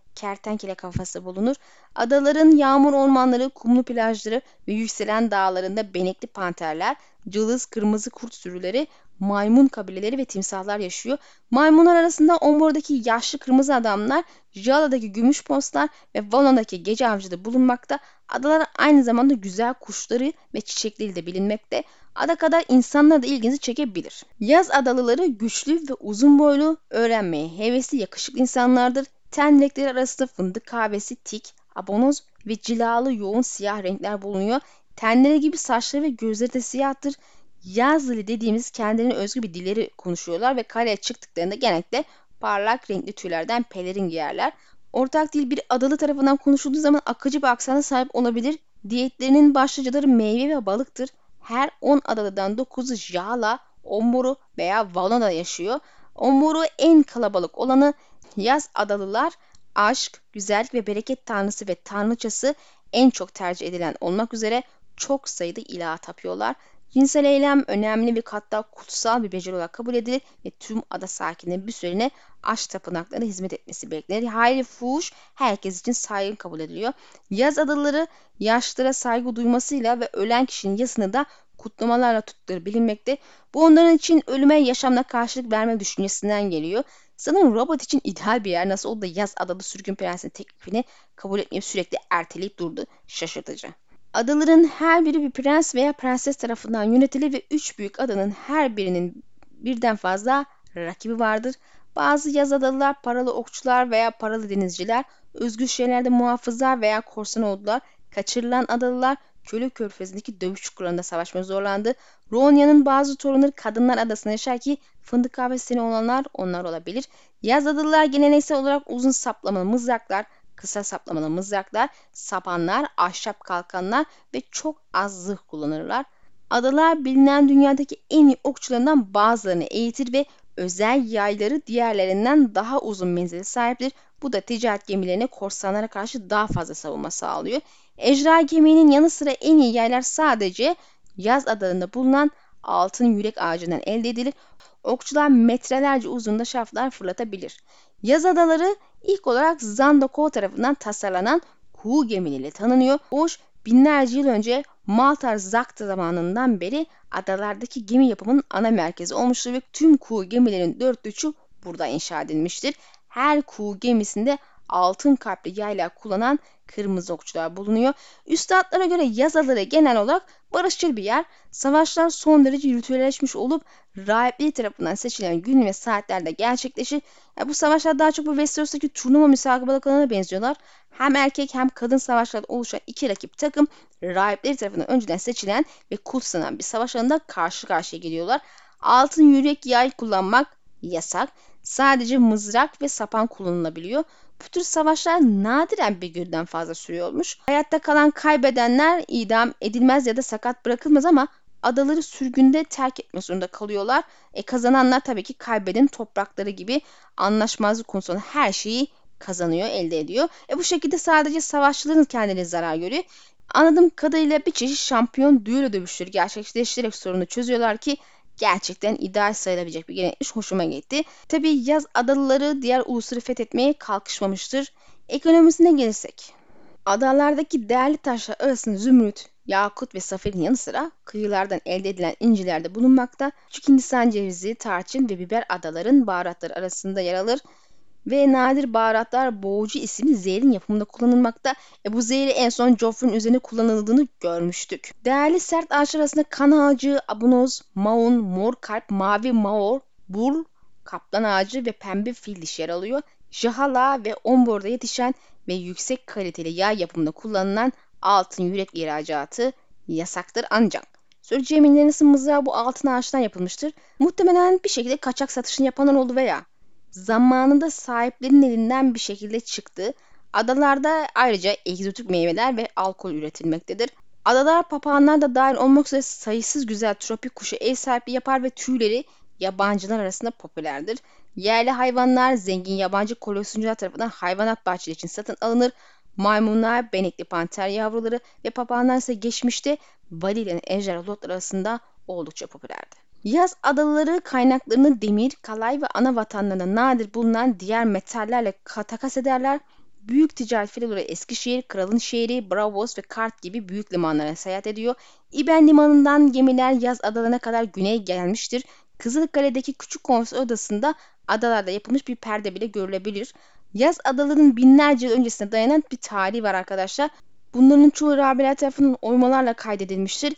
kertenkele kafası bulunur. Adaların yağmur ormanları, kumlu plajları ve yükselen dağlarında benekli panterler, cılız kırmızı kurt sürüleri, maymun kabileleri ve timsahlar yaşıyor. Maymunlar arasında Ombor'daki yaşlı kırmızı adamlar, Jala'daki gümüş postlar ve Valon'daki gece avcıları bulunmakta. Adalar aynı zamanda güzel kuşları ve çiçekleriyle de bilinmekte. Ada kadar insanlar da ilginizi çekebilir. Yaz adalıları güçlü ve uzun boylu, öğrenmeye hevesli, yakışıklı insanlardır. Ten renkleri arasında fındık kahvesi, tik, abonoz ve cilalı yoğun siyah renkler bulunuyor. Tenleri gibi saçları ve gözleri de siyahtır. Yaz dili dediğimiz kendilerine özgü bir dilleri konuşuyorlar ve karaya çıktıklarında genellikle parlak renkli tüylerden pelerin giyerler. Ortak dil bir adalı tarafından konuşulduğu zaman akıcı bir aksana sahip olabilir. Diyetlerinin başlıcaları meyve ve balıktır. Her on adalıdan dokuzu Jala, Omburu veya Valona yaşıyor. Omburu en kalabalık olanı. Yaz adalılar aşk, güzellik ve bereket tanrısı ve tanrıçası en çok tercih edilen olmak üzere çok sayıda ilaha tapıyorlar. Cinsel eylem önemli ve hatta kutsal bir beceri olarak kabul edilir ve tüm ada sakinleri bir süreliğine aşk tapınaklarına hizmet etmesi beklenir. Hayri fuhuş herkes için saygın kabul ediliyor. Yaz adaları yaşlılara saygı duymasıyla ve ölen kişinin yasını da kutlamalarla tuttukları bilinmekte. Bu onların için ölüme yaşamla karşılık verme düşüncesinden geliyor. Sanırım Robert için ideal bir yer. Nasıl oldu da yaz adalı sürgün prensinin teklifini kabul etmeyip sürekli erteleyip durdu. Şaşırtıcı. Adaların her biri bir prens veya prenses tarafından yönetilir ve üç büyük adanın her birinin birden fazla rakibi vardır. Bazı yaz adalılar paralı okçular veya paralı denizciler, özgür şehirlerde muhafızlar veya korsan oldular. Kaçırılan adalılar Köle Körfezi'ndeki dövüş çukurlarında savaşmaya zorlandı. Ronya'nın bazı torunları Kadınlar Adası'nda yaşar ki fındık kahvesini olanlar onlar olabilir. Yaz adalılar geleneksel olarak uzun saplamalı mızraklar, kısa saplamalı mızraklar, sapanlar, ahşap kalkanlar ve çok az zırh kullanırlar. Adalar bilinen dünyadaki en iyi okçularından bazılarını eğitir ve özel yayları diğerlerinden daha uzun menzile sahiptir. Bu da ticaret gemilerine, korsanlara karşı daha fazla savunma sağlıyor. Ejderha gemiğinin yanı sıra en iyi yaylar sadece yaz adalarında bulunan altın yürek ağacından elde edilir. Okçular metrelerce uzunluğunda şarflar fırlatabilir. Yaz adaları ilk olarak Zandoko tarafından tasarlanan kuğu gemileriyle tanınıyor. Oş binlerce yıl önce Maltar Zakta zamanından beri adalardaki gemi yapımının ana merkezi olmuştur ve tüm kuğu gemilerin dört üçü burada inşa edilmiştir. Her kuğu gemisinde altın kalpli yaylar kullanan kırmızı okçular bulunuyor. Üstadlara göre yaz adaları genel olarak barışçıl bir yer. Savaşlar son derece ritüelleşmiş olup rahipleri tarafından seçilen gün ve saatlerde gerçekleşir. Ya bu savaşlar daha çok bu Westeros'taki turnuva müsabakalarına benziyorlar. Hem erkek hem kadın savaşlarda oluşan iki rakip takım rahipleri tarafından önceden seçilen ve kutsanan bir savaş alanında karşı karşıya geliyorlar. Altın yürek yay kullanmak yasak. Sadece mızrak ve sapan kullanılabiliyor. Bu tür savaşlar nadiren bir günden fazla sürüyormuş. Hayatta kalan kaybedenler idam edilmez ya da sakat bırakılmaz ama adaları sürgünde terk etmek zorunda kalıyorlar. E, kazananlar tabii ki kaybeden toprakları gibi anlaşmazlık konusunda her şeyi kazanıyor, elde ediyor. E, bu şekilde sadece savaşçıların kendileri zarar görüyor. Anladığım kadarıyla bir çeşit şampiyon düello dövüşleri gerçekleştirerek sorunu çözüyorlar ki gerçekten ideal sayılabilecek bir gelenekmiş, hoşuma gitti. Tabii yaz adalıları diğer ulusları fethetmeye kalkışmamıştır. Ekonomisine gelirsek. Adalardaki değerli taşlar arasında zümrüt, yakut ve safirin yanı sıra kıyılardan elde edilen inciler de bulunmakta. Küçük Hindistan cevizi, tarçın ve biber adaların baharatları arasında yer alır. Ve nadir baharatlar boğucu isimli zehrin yapımında kullanılmakta. E bu zehri en son Joffrey'nin üzerine kullanıldığını görmüştük. Değerli sert ağaçlar arasında kan ağacı, abonoz, maun, mor kalp, mavi maor, bul, kaplan ağacı ve pembe fil dişi yer alıyor. Jahala ve Ombor'da yetişen ve yüksek kaliteli yağ yapımında kullanılan altın yürek ihracatı yasaktır ancak. Söyleyeceğim inlerin mızrağı bu altın ağaçtan yapılmıştır. Muhtemelen bir şekilde kaçak satışını yapanlar oldu veya zamanında sahiplerinin elinden bir şekilde çıktı. Adalarda ayrıca egzotik meyveler ve alkol üretilmektedir. Adalar papağanlar da dahil olmak üzere sayısız güzel tropik kuşa ev sahipliği yapar ve tüyleri yabancılar arasında popülerdir. Yerli hayvanlar zengin yabancı koleksiyoncular tarafından hayvanat bahçeleri için satın alınır. Maymunlar, benekli panter yavruları ve papağanlar ise geçmişte Vali ile ejderha lotlar arasında oldukça popülerdi. Yaz adaları kaynaklarını demir, kalay ve ana vatanlarında nadir bulunan diğer metallerle takas ederler. büyük ticaret filoları Eskişehir, Kralın Şehri, Braavos ve Kart gibi büyük limanlara seyahat ediyor. İben limanından gemiler yaz adalarına kadar güneye gelmiştir. Kızılkale'deki küçük konsey odasında adalarda yapılmış bir perde bile görülebilir. Yaz adalarının binlerce yıl öncesine dayanan bir tarihi var arkadaşlar. Bunların çoğu Rabia'lar tarafından oymalarla kaydedilmiştir.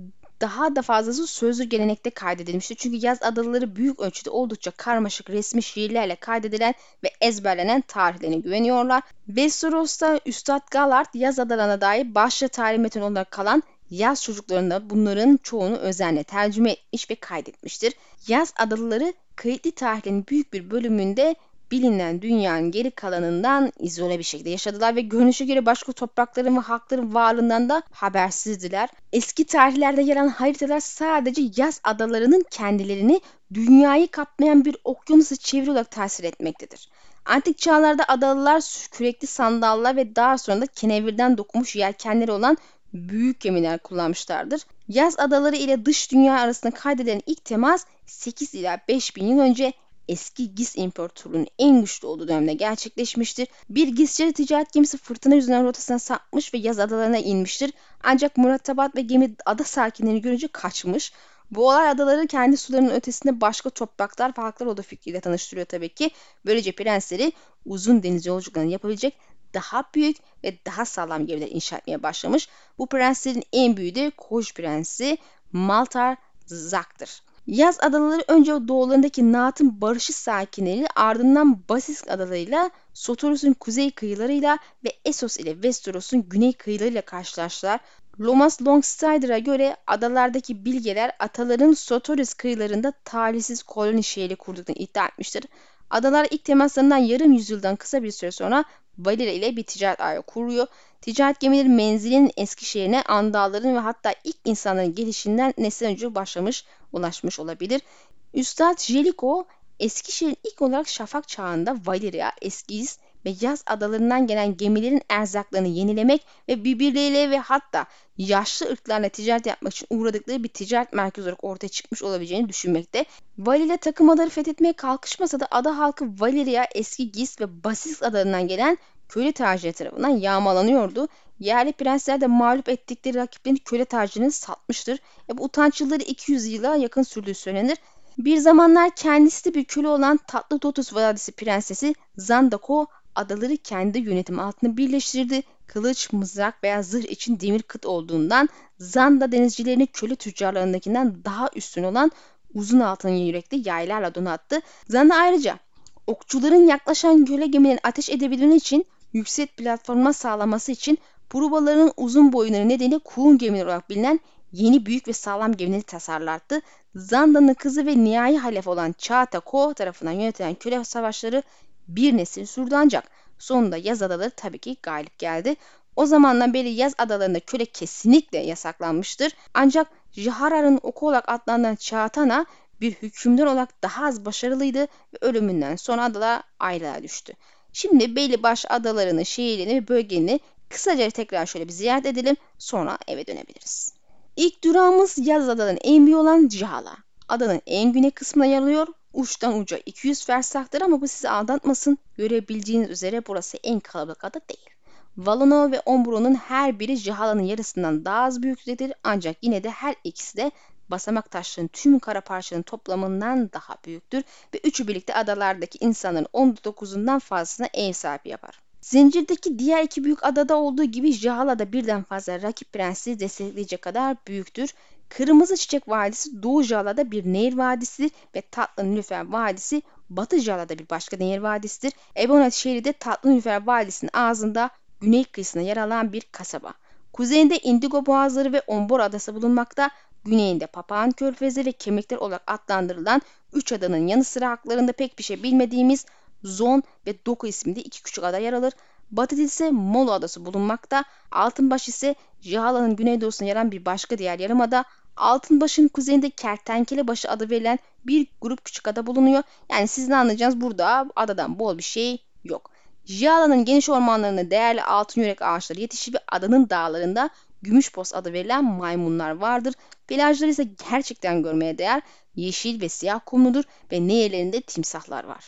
Daha da fazlası sözlü gelenekte kaydedilmiştir. Çünkü yaz adaları büyük ölçüde oldukça karmaşık resmi şiirlerle kaydedilen ve ezberlenen tarihlerine güveniyorlar. Westeros'ta Üstad Gallard yaz adalarına dair başlıca tarih metni olarak kalan Yaz Çocuklarında bunların çoğunu özenle tercüme etmiş ve kaydetmiştir. Yaz adalıları kayıtlı tarihlerin büyük bir bölümünde bilinen dünyanın geri kalanından izole bir şekilde yaşadılar ve görünüşe göre başka toprakların ve halkların varlığından da habersizdiler. Eski tarihlerde yer alan haritalar sadece yaz adalarının kendilerini dünyayı kaplayan bir okyanusa çeviri olarak tasvir etmektedir. Antik çağlarda adalılar kürekli sandallar ve daha sonra da kenevirden dokunmuş yelkenleri olan büyük gemiler kullanmışlardır. Yaz adaları ile dış dünya arasında kaydedilen ilk temas sekiz ila beş bin yıl önce eski Gis İmparatorluğu'nun en güçlü olduğu dönemde gerçekleşmiştir. Bir Gisçeli ticaret gemisi fırtına yüzünden rotasına sapmış ve yaz adalarına inmiştir. Ancak mürettebat ve gemi ada sakinlerini görünce kaçmış. Bu olay adaları kendi sularının ötesinde başka topraklar ve halklar olduğu fikriyle tanıştırıyor tabii ki. Böylece prensleri uzun deniz yolculuklarını yapabilecek daha büyük ve daha sağlam gemiler inşa etmeye başlamış. Bu prenslerin en büyüğü de Koç Prensi Maltar Zak'tır. Yaz adaları önce doğularındaki Naat'ın barışçı sakinleri, ardından Basisk adalarıyla, Sotoros'un kuzey kıyılarıyla ve Essos ile Westeros'un güney kıyılarıyla karşılaştılar. Lomas Longstrider'a göre adalardaki bilgeler ataların Sotoros kıyılarında talihsiz koloni şehri kurduklarını iddia etmiştir. Adalar ilk temaslarından yarım yüzyıldan kısa bir süre sonra Valyria ile bir ticaret ağı kuruyor. Ticaret gemileri menzilinin Eskişehir'ine, Andalların ve hatta ilk insanların gelişinden neslen önce başlamış, ulaşmış olabilir. Üstad Jellicoe, Eskişehir'in ilk olarak Şafak çağında Valyria, Eskiz ve Yaz adalarından gelen gemilerin erzaklarını yenilemek ve birbirleriyle ve hatta yaşlı ırklarla ticaret yapmak için uğradıkları bir ticaret merkezi olarak ortaya çıkmış olabileceğini düşünmekte. Valyria takım adaları fethetmeye kalkışmasa da ada halkı Valyria, Eski Gis ve Basisk adalarından gelen köle tacirleri tarafından yağmalanıyordu. Yerli prensler de mağlup ettikleri rakiplerin köle tacirlerini satmıştır. E bu utanç yılları iki yüz yıla yakın sürdüğü söylenir. Bir zamanlar kendisi de bir köle olan Tatlı Totus Vadisi Prensesi Zandako adaları kendi yönetim altında birleştirdi. Kılıç, mızrak veya zırh için demir kıt olduğundan Zanda denizcilerini köle tüccarlarındakinden daha üstün olan uzun altın yürekli yaylarla donattı. Zanda ayrıca okçuların yaklaşan köle gemilerini ateş edebilmeleri için yüksek platforma sağlaması için Purubaların uzun boyunları nedeniyle kuğun gemileri olarak bilinen yeni büyük ve sağlam gemileri tasarlattı. Zanda'nın kızı ve nihai halef olan Çağata Ko tarafından yönetilen köle savaşları bir nesil sürdü ancak sonunda yaz adaları tabii ki galip geldi. O zamandan beri yaz adalarında köle kesinlikle yasaklanmıştır. Ancak Jiharar'ın oku olarak adlanan Çağatana bir hükümdar olarak daha az başarılıydı ve ölümünden sonra adalar ayrılığa düştü. Şimdi belli başlı adalarını, şehirlerini ve bölgelerini kısaca tekrar şöyle bir ziyaret edelim. Sonra eve dönebiliriz. İlk durağımız yaz adalarının en büyüğü olan Cihala. Adanın en güney kısmına yer alıyor. Uçtan uca iki yüz fersahtır ama bu sizi aldatmasın. Görebileceğiniz üzere burası en kalabalık ada değil. Valonov ve Ombro'nun her biri Cihala'nın yarısından daha az büyüklüktedir ancak yine de her ikisi de basamak taşlarının tüm kara parçalarının toplamından daha büyüktür ve üçü birlikte adalardaki insanların on dokuzundan fazlasına ev sahibi yapar. Zincirdeki diğer iki büyük adada olduğu gibi Jihala'da birden fazla rakip prensi destekleyecek kadar büyüktür. Kırmızı Çiçek Vadisi Doğu Jala'da bir nehir vadisidir ve Tatlı Nilüfer Vadisi Batı Jala'da bir başka nehir vadisidir. Ebonet şehri de Tatlı Nilüfer Vadisi'nin ağzında güney kıyısına yer alan bir kasaba. Kuzeyinde Indigo Boğazları ve Ombor Adası bulunmakta, güneyinde Papağan Körfezi ve Kemikler olarak adlandırılan üç adanın yanı sıra haklarında pek bir şey bilmediğimiz Zon ve Doku isimli iki küçük ada yer alır. Batıda ise Molo Adası bulunmakta. Altınbaş ise Jihala'nın güneydoğusuna yer alan bir başka diğer yarımada. Altınbaş'ın kuzeyinde Kertenkelebaşı adı verilen bir grup küçük ada bulunuyor. Yani sizin anlayacağınız burada adadan bol bir şey yok. Jihala'nın geniş ormanlarında değerli altın yürek ağaçları yetişir ve adanın dağlarında Gümüşpoz adı verilen maymunlar vardır. Plajları ise gerçekten görmeye değer, yeşil ve siyah kumludur ve nehirlerinde timsahlar var.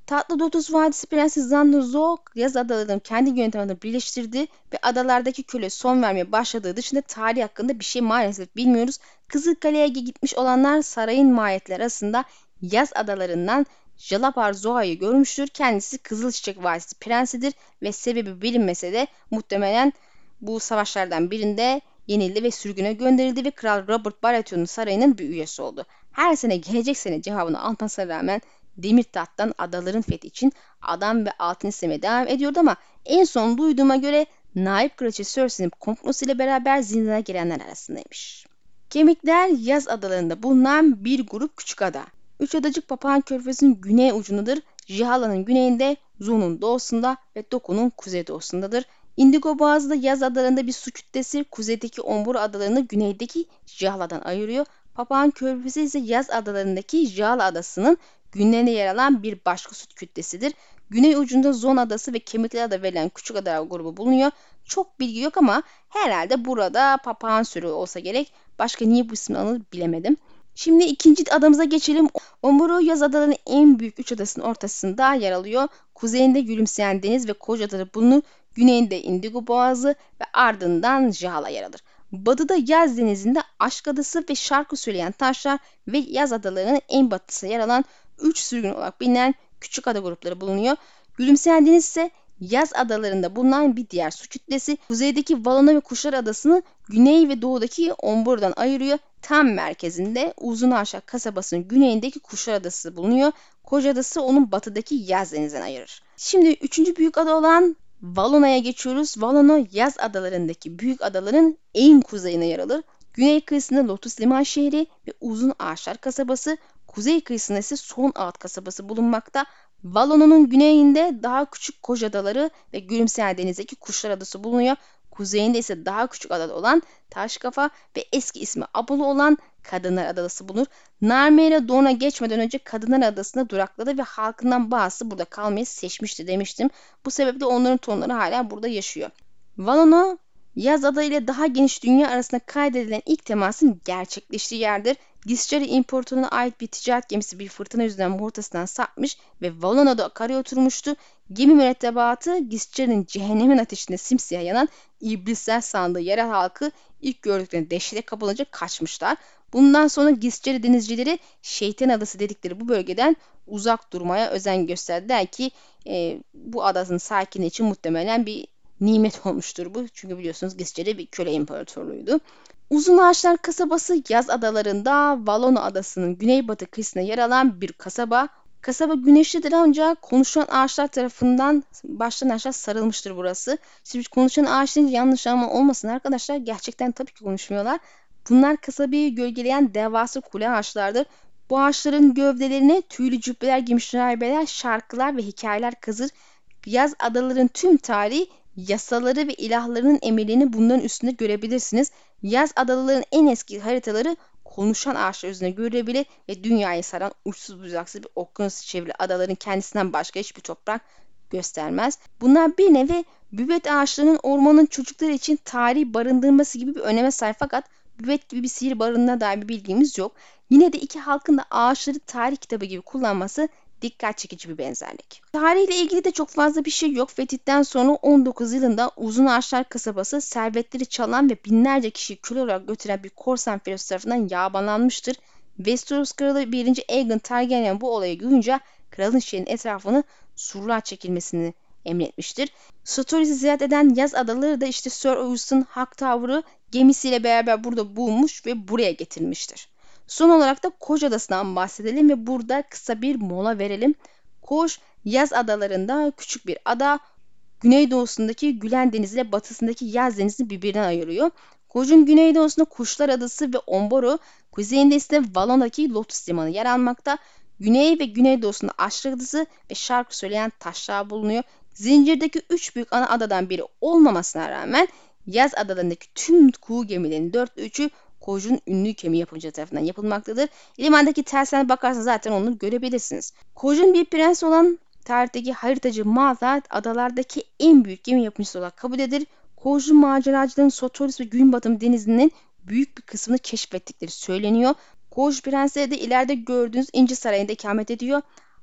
Tatlı Lotus Vadisi Prensi Zhang Zhou yaz adalarını kendi yöntemini birleştirdi ve adalardaki köle son vermeye başladığı dışında tarih hakkında bir şey maalesef bilmiyoruz. Kızılkale'ye gitmiş olanlar sarayın mahiyetleri arasında yaz adalarından Jalapar Zoa'yı görmüştür. Kendisi Kızılçiçek Vadisi Prensidir ve sebebi bilinmese de muhtemelen bu savaşlardan birinde yenildi ve sürgüne gönderildi ve Kral Robert Baratheon'un sarayının bir üyesi oldu. Her sene gelecek sene cevabını almasına rağmen Demirtaht'tan adaların fethi için adam ve altın istemeye devam ediyordu ama en son duyduğuma göre Naip Kraliçe Cersei'nin komplosuyla beraber zindana girenler arasındaymış. Kemikler yaz adalarında bulunan bir grup küçük ada. Üç adacık Papağan Körfezi'nin güney ucundadır. Jihala'nın güneyinde, Zu'nun doğusunda ve Doku'nun kuzeydoğusundadır. Indigo Boğazı da yaz adalarında bir su kütlesi, kuzeydeki Ombura adalarını güneydeki Jihala'dan ayırıyor. Papağan Körfezi ise yaz adalarındaki Jihala adasının güneyinde yer alan bir başka su kütlesidir. Güney ucunda Zon adası ve Kemikli ada verilen küçük adalar grubu bulunuyor. Çok bilgi yok ama herhalde burada papağan sürü olsa gerek. Başka niye bu ismi anılır bilemedim. Şimdi ikinci adamıza geçelim. Omburo yaz adalarının en büyük üç adasının ortasında yer alıyor. Kuzeyinde Gülümseyen Deniz ve Koca Adaları bulunur. Güneyinde Indigo Boğazı ve ardından Jala yer alır. Batıda Yaz Denizi'nde Aşk Adası ve Şarkı Söyleyen Taşlar ve Yaz Adaları'nın en batısında yer alan üç sürgün olarak bilinen küçük ada grupları bulunuyor. Gülümseyen Deniz ise Yaz adalarında bulunan bir diğer su kütlesi. Kuzeydeki Valona ve Kuşlar Adası'nı güney ve doğudaki Ombur'dan ayırıyor. Tam merkezinde Uzunarşak kasabasının güneyindeki Kuşlar Adası bulunuyor. Koca Adası onun batıdaki Yaz Denizi'nden ayırır. Şimdi üçüncü büyük ada olan Valona'ya geçiyoruz. Valona yaz adalarındaki büyük adaların en kuzeyine yer alır. Güney kıyısında Lotus Liman şehri ve Uzun Ağaçlar kasabası, kuzey kıyısında ise Son Ağıt kasabası bulunmakta. Valona'nın güneyinde daha küçük Koca Adaları ve Gülümseyen Deniz'deki Kuşlar Adası bulunuyor. Kuzeyinde ise daha küçük adada olan Taşkafa ve eski ismi Apollo olan Kadınlar Adası bulunur. Narmera Doğu'na geçmeden önce Kadınlar Adası'nda durakladı ve halkından bazısı burada kalmayı seçmişti demiştim. Bu sebeple onların torunları hala burada yaşıyor. Valona, yaz ada ile daha geniş dünya arasında kaydedilen ilk temasın gerçekleştiği yerdir. Giscari İmparatorluğu'na ait bir ticaret gemisi bir fırtına yüzünden ortasından sapmış ve Valona'da karaya oturmuştu. Gemi mürettebatı Giscari'nin cehennemin ateşinde simsiyah yanan iblisler sandığı yerel halkı ilk gördüklerinde dehşete kapılınca kaçmışlar. Bundan sonra Giscari denizcileri Şeytan Adası dedikleri bu bölgeden uzak durmaya özen gösterdiler ki e, bu adanın sakini için muhtemelen bir nimet olmuştur bu. Çünkü biliyorsunuz Giscari bir köle imparatorluğuydu. Uzun Ağaçlar kasabası yaz adalarında Valona adasının güneybatı kıyısına yer alan bir kasaba. Kasaba güneşlidir ancak konuşan ağaçlar tarafından baştan aşağı sarılmıştır burası. Şimdi konuşan ağaçların yanlış ama olmasın arkadaşlar. Gerçekten tabii ki konuşmuyorlar. Bunlar kasabayı gölgeleyen devasa kule ağaçlardır. Bu ağaçların gövdelerine tüylü cübbeler giymiş rahibeler, şarkılar ve hikayeler kazır. Yaz adaların tüm tarihi, yasaları ve ilahlarının emellerini bunların üstünde görebilirsiniz. Yaz adaların en eski haritaları konuşan ağaçlar üzerine görülebilir ve dünyayı saran uçsuz bucaksız bir okyanus çevrili adaların kendisinden başka hiçbir toprak göstermez. Bunlar bir nevi büvet ağaçlarının ormanın çocukları için tarih barındırması gibi bir öneme sahip fakat büvet gibi bir sihir barındığına dair bir bilgimiz yok. Yine de iki halkın da ağaçları tarih kitabı gibi kullanması dikkat çekici bir benzerlik. Tarihle ilgili de çok fazla bir şey yok. Fetih'ten sonra on dokuz yılında Uzun Ağaçlar kasabası servetleri çalan ve binlerce kişiyi köle olarak götüren bir korsan filosu tarafından yağmalanmıştır. Westeros kralı birinci. Aegon Targaryen bu olayı duyunca kralın şehrinin etrafını surlar çekilmesini emretmiştir. Storis'i ziyaret eden yaz adaları da işte Sir Oyston Hightower'ı gemisiyle beraber burada bulmuş ve buraya getirmiştir. Son olarak da Koç Adası'ndan bahsedelim ve burada kısa bir mola verelim. Koç, yaz adalarında küçük bir ada, güneydoğusundaki Gülen Denizi ile batısındaki Yaz Denizi'ni birbirinden ayırıyor. Koç'un güneydoğusunda Kuşlar Adası ve Omboro, kuzeyinde ise Valona'daki Lotus Limanı yer almakta. Güney ve güneydoğusunda Aşk Adası ve şarkı söyleyen taşlar bulunuyor. Zincirdeki üç büyük ana adadan biri olmamasına rağmen yaz adalarındaki tüm kuğu gemilerinin dörtte üçü Koç'un ünlü gemi yapımcıları tarafından yapılmaktadır. Limandaki tersine bakarsanız zaten onu görebilirsiniz. Koç'un bir prens olan tarihteki haritacı Malphite adalardaki en büyük gemi yapımcısı olarak kabul edilir. Koç'un maceracıların Sotoris ve Günbatım denizinin büyük bir kısmını keşfettikleri söyleniyor. Koç prensleri de ileride gördüğünüz İnci Sarayı'nda ikamet ediyor.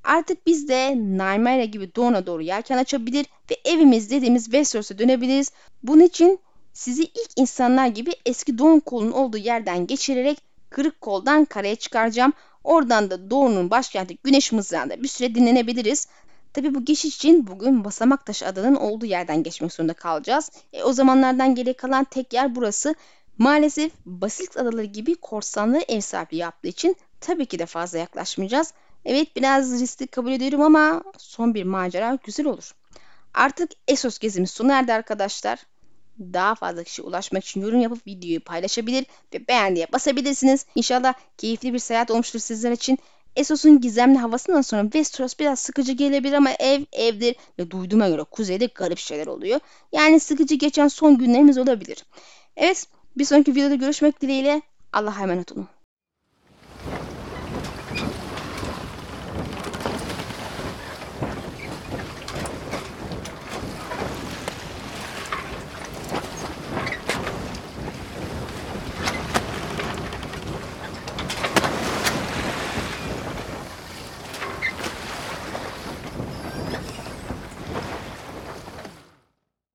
Artık biz de Naimera gibi Dawn'a doğru yelken açabilir ve evimiz dediğimiz Westeros'a dönebiliriz. Bunun için sizi ilk insanlar gibi eski Dawn kolunun olduğu yerden geçirerek kırık koldan karaya çıkaracağım. Oradan da Dawn'un başkenti Güneş Mızrağı'nda bir süre dinlenebiliriz. Tabi bu geçiş için bugün Basamaktaş adının olduğu yerden geçmek zorunda kalacağız. E, o zamanlardan geriye kalan tek yer burası. Maalesef Basilisk adaları gibi korsanları ev sahipliği yaptığı için tabii ki de fazla yaklaşmayacağız. Evet biraz riskli kabul ediyorum ama son bir macera güzel olur. Artık Essos gezimiz sona erdi arkadaşlar. Daha fazla kişiye ulaşmak için yorum yapıp videoyu paylaşabilir ve beğendiye basabilirsiniz. İnşallah keyifli bir seyahat olmuştur sizler için. Essos'un gizemli havasından sonra Westeros biraz sıkıcı gelebilir ama ev evdir ve duyduğuma göre kuzeyde garip şeyler oluyor. Yani sıkıcı geçen son günlerimiz olabilir. Evet, bir sonraki videoda görüşmek dileğiyle. Allah'a emanet olun.